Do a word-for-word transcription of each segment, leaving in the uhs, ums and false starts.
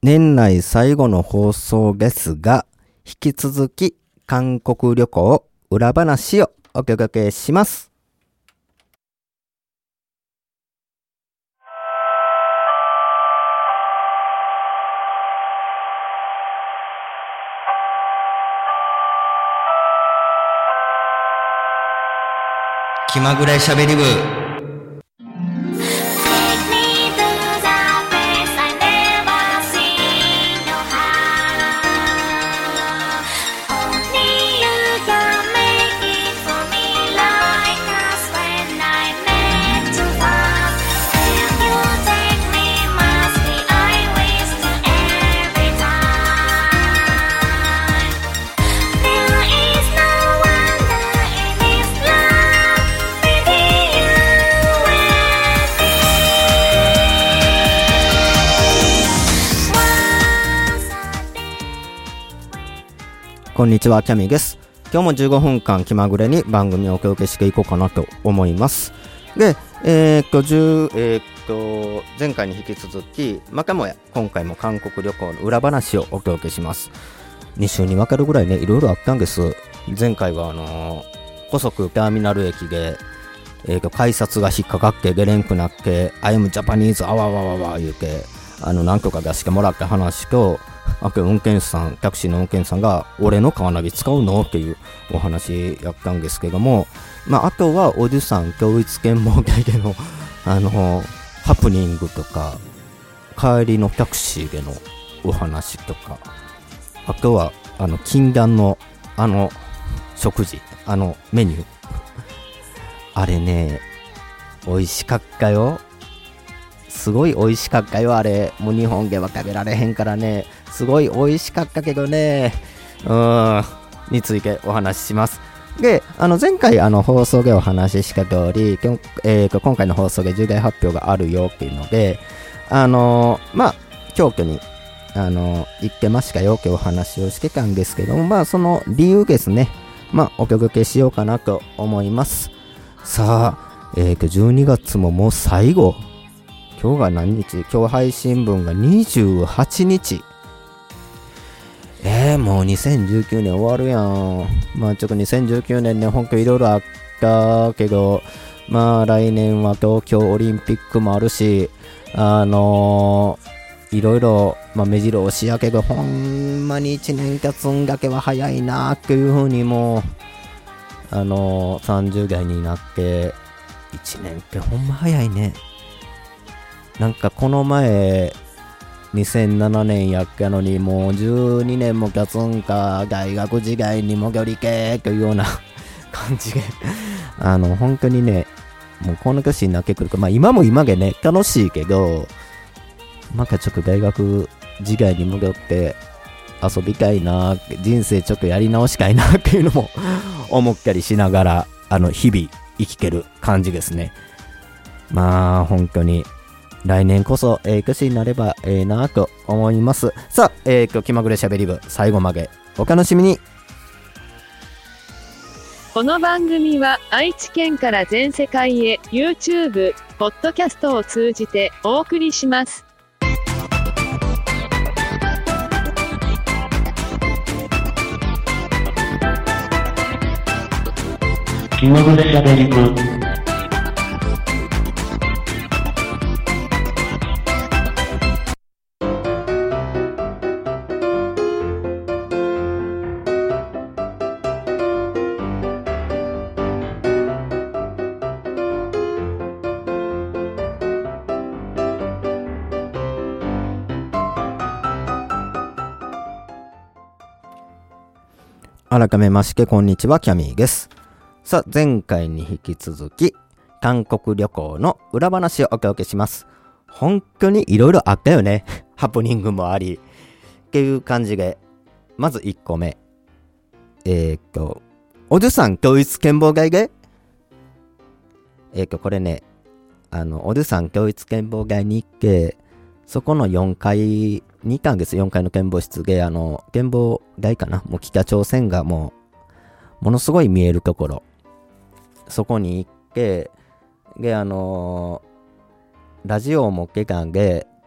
年内最後の放送ですが、引き続き韓国旅行裏話をお届けします。気まぐれしゃべり部。こんにちは、キャミーです。今日もじゅうごふんかん気まぐれに番組をお届けしていこうかなと思います。で、えー、っと、10えー、っと、前回に引き続き、またもや今回も韓国旅行の裏話をお届けします。に週に分かるぐらいね、いろいろあったんです。前回はあのー、高速ターミナル駅で、えー、っと改札が引っかかって出れんくなって、I am Japanese あわわわわ言うて、あの何とか出してもらった話と、あと運転手さん、タクシーの運転手さんが俺のカーナビ使うのっていうお話やったんですけども、まあ、あとはおじさん教育検問会でのあのハプニングとか、帰りのタクシーでのお話とか、あとはあの禁断のあの食事、あのメニューあれね、美味しかったよ。すごい美味しかったよ。あれもう日本では食べられへんからね、すごい美味しかったけどね、うーんについてお話しします。で、あの前回あの放送でお話しした通り、えー、今回の放送で重大発表があるよっていうので、あのー、まあ京都にあのー、行ってましたよってお話をしてたんですけども、まあその理由ですね、まあお届けしようかなと思います。さあ、えー、じゅうにがつももう最後、今日が何日？今日配信分がにじゅうはちにち。えー、もうにせんじゅうきゅうねん終わるやん。まあちょっとにせんじゅうきゅうねんね、ほんといろいろあったけど、まあ来年は東京オリンピックもあるし、あのー、いろいろ、まあ目白押しやけど、ほんまにいちねん経つんだけは早いなっていうふうにもう、あのー、さんじゅう代になって、いちねんってほんま早いね。なんかこの前にせんななねんやったのに、もうじゅうにねんも経つんか、大学時代にも距離けというような感じであの本当にね、もうこの年になってくるか、まあ今も今でね楽しいけど、なんかちょっと大学時代に戻って遊びたいな、人生ちょっとやり直したいなっていうのも思ったりしながら、あの日々生きてる感じですね。まあ本当に来年こそええ年になればええなと思います。さあ、えー、今日気まぐれしゃべり部、最後までお楽しみに。 この番組は愛知県から全世界へ YouTube、ポッドキャストを通じてお送りします。 気まぐれしゃべり部。 改めましてこんにちは、キャミーです。さあ、前回に引き続き韓国旅行の裏話をお届けします。本当にいろいろあったよねハプニングもありっていう感じで、まずいっこめ、えー、っとおじさん教育健忘会で、えー、っとこれね、あのおじさん教育健忘会に行って、そこのよんかいに行ったんです。よんかいの展望室で、あの展望台かな、もう北朝鮮がもうものすごい見えるところ、そこに行って、であのー、ラジオを持ってたんで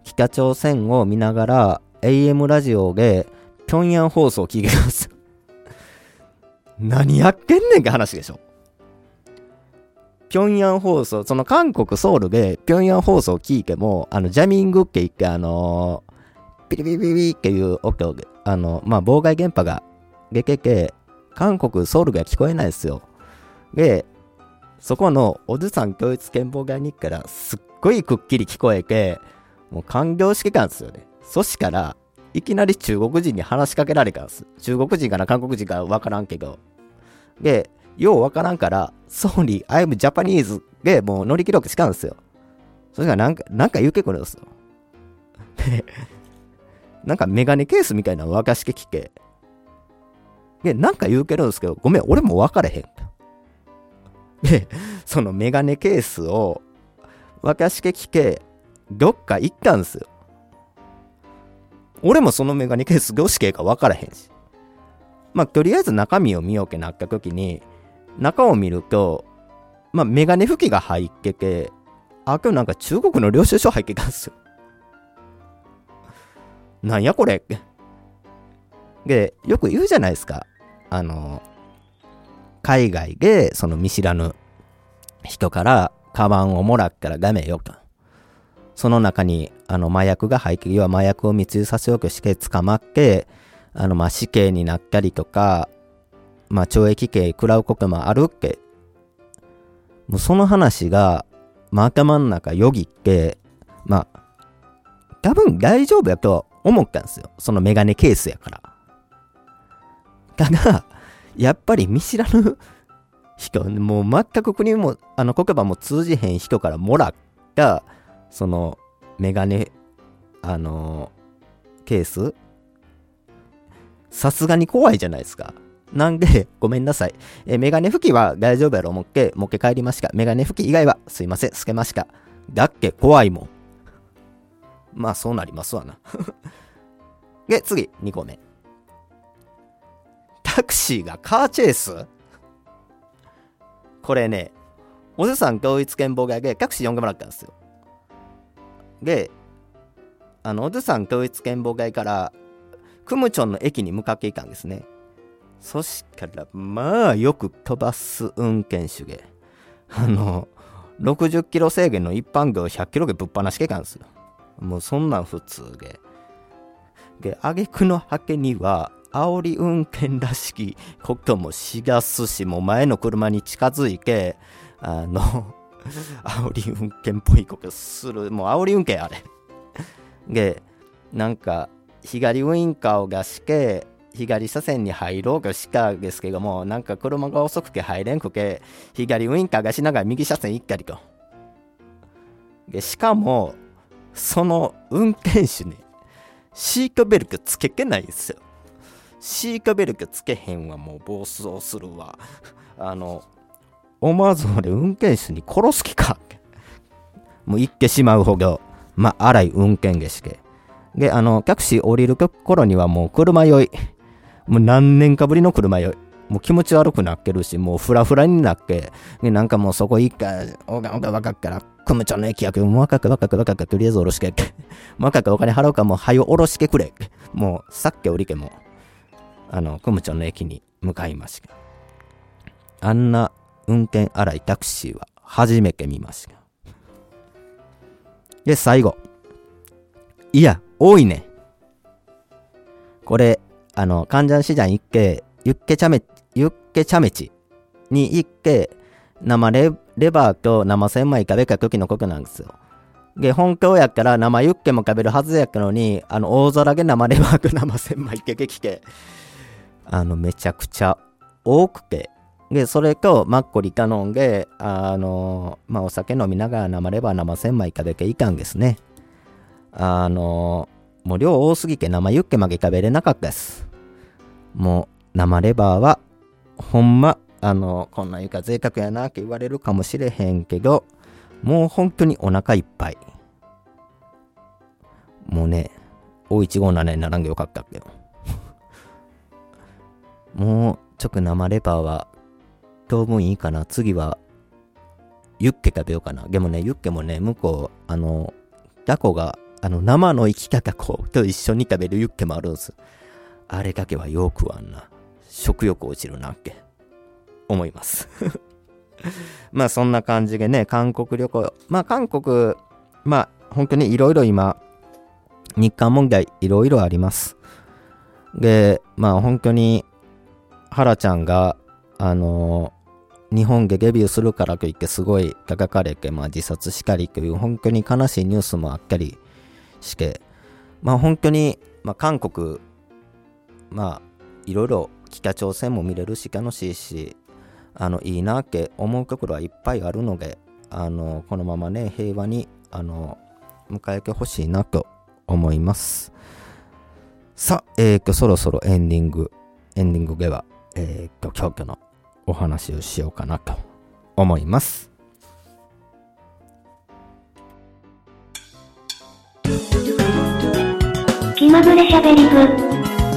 北朝鮮を見ながら エーエム ラジオで平壌放送を聞いてます。何やってんねんか話でしょ。平壌放送、その韓国ソウルで平壌放送を聞いても、あのジャミングって言って、あのー、ピリピリピリっていう音を、あのまあ妨害電波が出てて、韓国ソウルが聞こえないですよ。で、そこのおじさん教育憲法外日からすっごいくっきり聞こえて、もう感動してたんですよね。そしたらいきなり中国人に話しかけられたんです。中国人かな韓国人かわからんけど。で、ようわからんから、Sorry, I'm Japanese でもう乗り切ろうとしたんですよ。そしたらなんか、なんか言うてくるんですよ。で、なんかメガネケースみたいなの沸かしてきて、で、なんか言うけるんですけど、ごめん、俺も分かれへん。で、そのメガネケースを沸かしてきて、どっか行ったんですよ。俺もそのメガネケースどうしてか分からへんし。まあ、とりあえず中身を見ようけなった時に、中を見ると、まあ、メガネ拭きが入ってて、あ、今日なんか中国の領収書入ってたんですよ。なんやこれ。で、よく言うじゃないですか。あの、海外でその見知らぬ人からカバンをもらったらダメよと。その中にあの麻薬が入っている、要は麻薬を密輸させようとして捕まって、あのまあ死刑になったりとか、まあ懲役刑食らうこともあるっけ。もうその話が、まあ、頭の中よぎって、まあ、多分大丈夫やと思ったんですよ。そのメガネケースやから。ただ、やっぱり見知らぬ人、もう全く国も、あの言葉も通じへん人からもらった、そのメガネ、あのー、ケース、さすがに怖いじゃないですか。なんで、ごめんなさい。え、メガネ拭きは大丈夫やろ思って、もう一回帰りました。メガネ拭き以外は、すいません、つけました。だっけ、怖いもん。まあ、そうなりますわな。で、次、にこめ。タクシーがカーチェイス？これね、おじさん統一憲法外でタクシー呼んでもらったんですよ。で、あの、おじさん統一憲法外から、クムチョンの駅に向かっていたんですね。そしたら、まあ、よく飛ばす運転手で、あの、ろくじゅっキロ制限の一般道ひゃっキロでぶっ放してたんですよ。もうそんなん普通で。で、挙句の果てには、煽り運転らしきこともしだすし、もう前の車に近づいて、あの、煽り運転っぽいことする。もう煽り運転あれ。で、なんか、左ウインカーを出して、左車線に入ろうとしたんですけども、なんか車が遅くて入れんくて、左ウインカーがしながら右車線行ったりと。で、しかも、その運転手ね、シートベルトつけてないんですよ。シートベルトつけへんわ、もう暴走するわ。あの、思わず俺運転手に殺す気か。もう言ってしまうほど、まあ、荒い運転でして。で、あの、タクシー降りる頃にはもう車酔い。もう何年かぶりの車酔い。もう気持ち悪くなってるし、もうフラフラになって、で、なんかもうそこいいか、おがおがわかっから、クムチョンの駅やけど、もう若く若く若くとりあえず降ろしてけ。若くお金払うかもう早降ろしてくれ。もうさっき降りても、あの、クムチョンの駅に向かいました。あんな運転荒いタクシーは初めて見ました。で、最後。いや、多いね。これ、あの、カンジャン市場に行って、ユッケチャメ、ユッケチャメチに行って、生レ、レバーと生千枚食べた時のことなんですよ。で、本当やったら生ユッケも食べるはずやったのに、あの、大空で生レバーと生千枚出てきて、あの、めちゃくちゃ多くて、で、それとマッコリ頼んで、あの、まあ、お酒飲みながら生レバー生千枚食べていたんですね。あの、もう量多すぎて生ユッケまで食べれなかったです。もう生レバーはほんまあのこんなん言うか贅沢やなって言われるかもしれへんけど、もう本当にお腹いっぱい。もうね、おいちごななにならんでよかったけどもうちょっと生レバーは当分いいかな。次はユッケ食べようかな。でもね、ユッケもね、向こうあのタコがあの生の生きたタコと一緒に食べるユッケもあるんです。あれだけはよくあんな食欲落ちるなって思いますまあそんな感じでね、韓国旅行、まあ韓国、まあ本当にいろいろ今日韓問題いろいろあります。でまあ本当に原ちゃんがあのー、日本でデビューするからといってすごい叩かれて、まあ、自殺したりという本当に悲しいニュースもあったりして、まあ本当に、まあ、韓国まあいろいろ北朝鮮も見れるし楽しいし、あのいいなって思うところはいっぱいあるので、あのこのままね平和にあの迎えてほしいなと思います。さあ、えーとそろそろエンディングエンディングではえーと京都のお話をしようかなと思います。 気まぐれしゃべり部。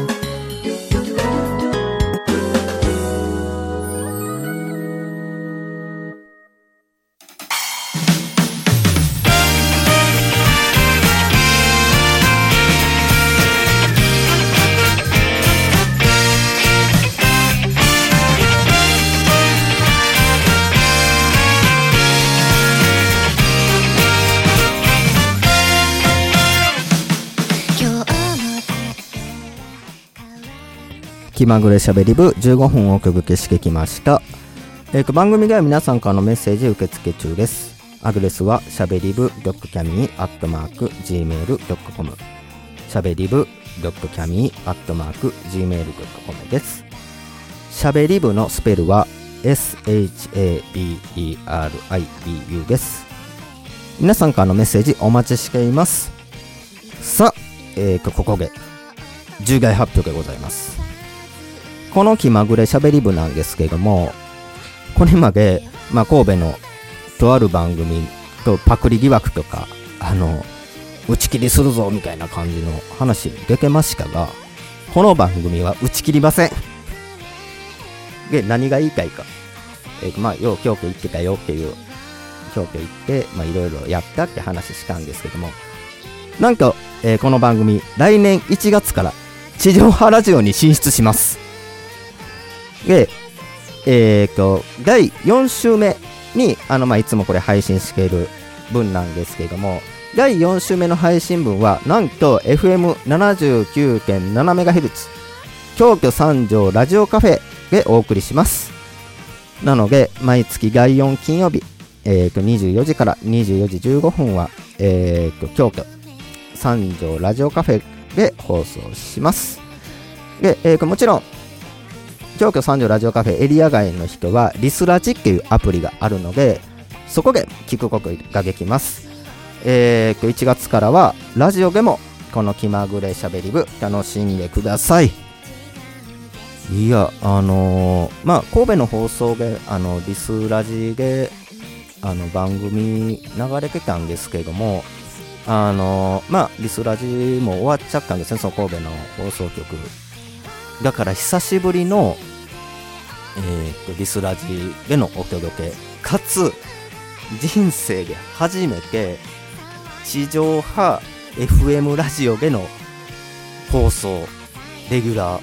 気まぐれしゃべり部じゅうごふんをお届けしてきました。えー、と番組では皆さんからのメッセージ受付中です。アドレスはしゃべり部 .kami アットマーク ジーメール ドットコム しゃべり部 .kami アットマーク ジーメール ドットコム です。しゃべり部のスペルは エスエイチエービーイーアールアイビーユー です。皆さんからのメッセージお待ちしています。さあ、えー、とここで重大発表でございます。この気まぐれしゃべり部なんですけども、これまで、まあ、神戸のとある番組とパクリ疑惑とかあの打ち切りするぞみたいな感じの話出てましたが、この番組は打ち切りません。で何が言いたいか、えー、まあよう京都行ってたよっていう京都行ってまあいろいろやったって話したんですけども、なんと、えー、この番組来年いちがつから地上波ラジオに進出します。で、えーと、だいよん週目に、あの、まあ、いつもこれ配信している分なんですけれども、だいよん週目の配信分は、なんと エフエムななじゅうきゅうてんななメガヘルツ、京都三条ラジオカフェでお送りします。なので、毎月だいよん金曜日、えーと、にじゅうよじからにじゅうよじじゅうごふんは、えーと、京都三条ラジオカフェで放送します。で、えーと、もちろん、京都三条ラジオカフェエリア外の人はリスラジっていうアプリがあるので、そこで聞くことができます。えー、いちがつからはラジオでもこの気まぐれしゃべり部楽しんでください。いや、あのー、まあ神戸の放送であのリスラジであの番組流れてたんですけれども、あのー、まあリスラジも終わっちゃったんですね、その神戸の放送局だから久しぶりの、えー、とリスラジでのお届けかつ人生で初めて地上波 エフエム ラジオでの放送レギュラー、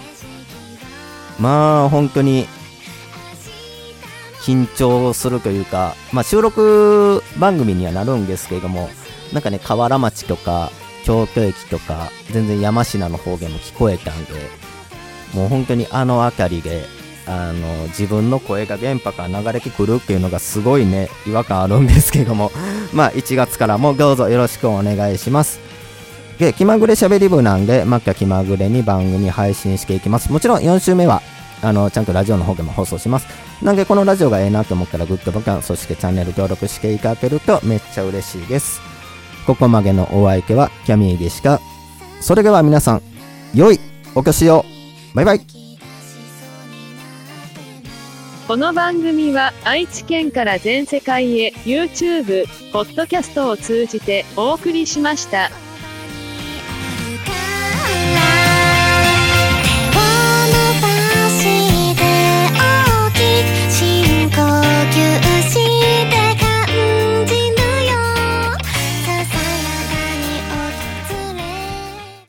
まあ本当に緊張するというか、まあ収録番組にはなるんですけれども、なんかね河原町とか京都駅とか全然山科の方言も聞こえたんで、もう本当にあの辺りであの自分の声が電波から流れてくるっていうのがすごいね違和感あるんですけども、まあいちがつからもどうぞよろしくお願いします。で気まぐれしゃべり部なんで、また気まぐれに番組配信していきます。もちろんよん週目はあのちゃんとラジオの方でも放送します。なんでこのラジオがええなと思ったらグッドボタン、そしてチャンネル登録していただけるとめっちゃ嬉しいです。ここまでのお相手はキャミーでした。それでは皆さん良いお年を。バイバイ。 この番組は愛知県から全世界へ YouTube、ポッドキャストを通じてお送りしました。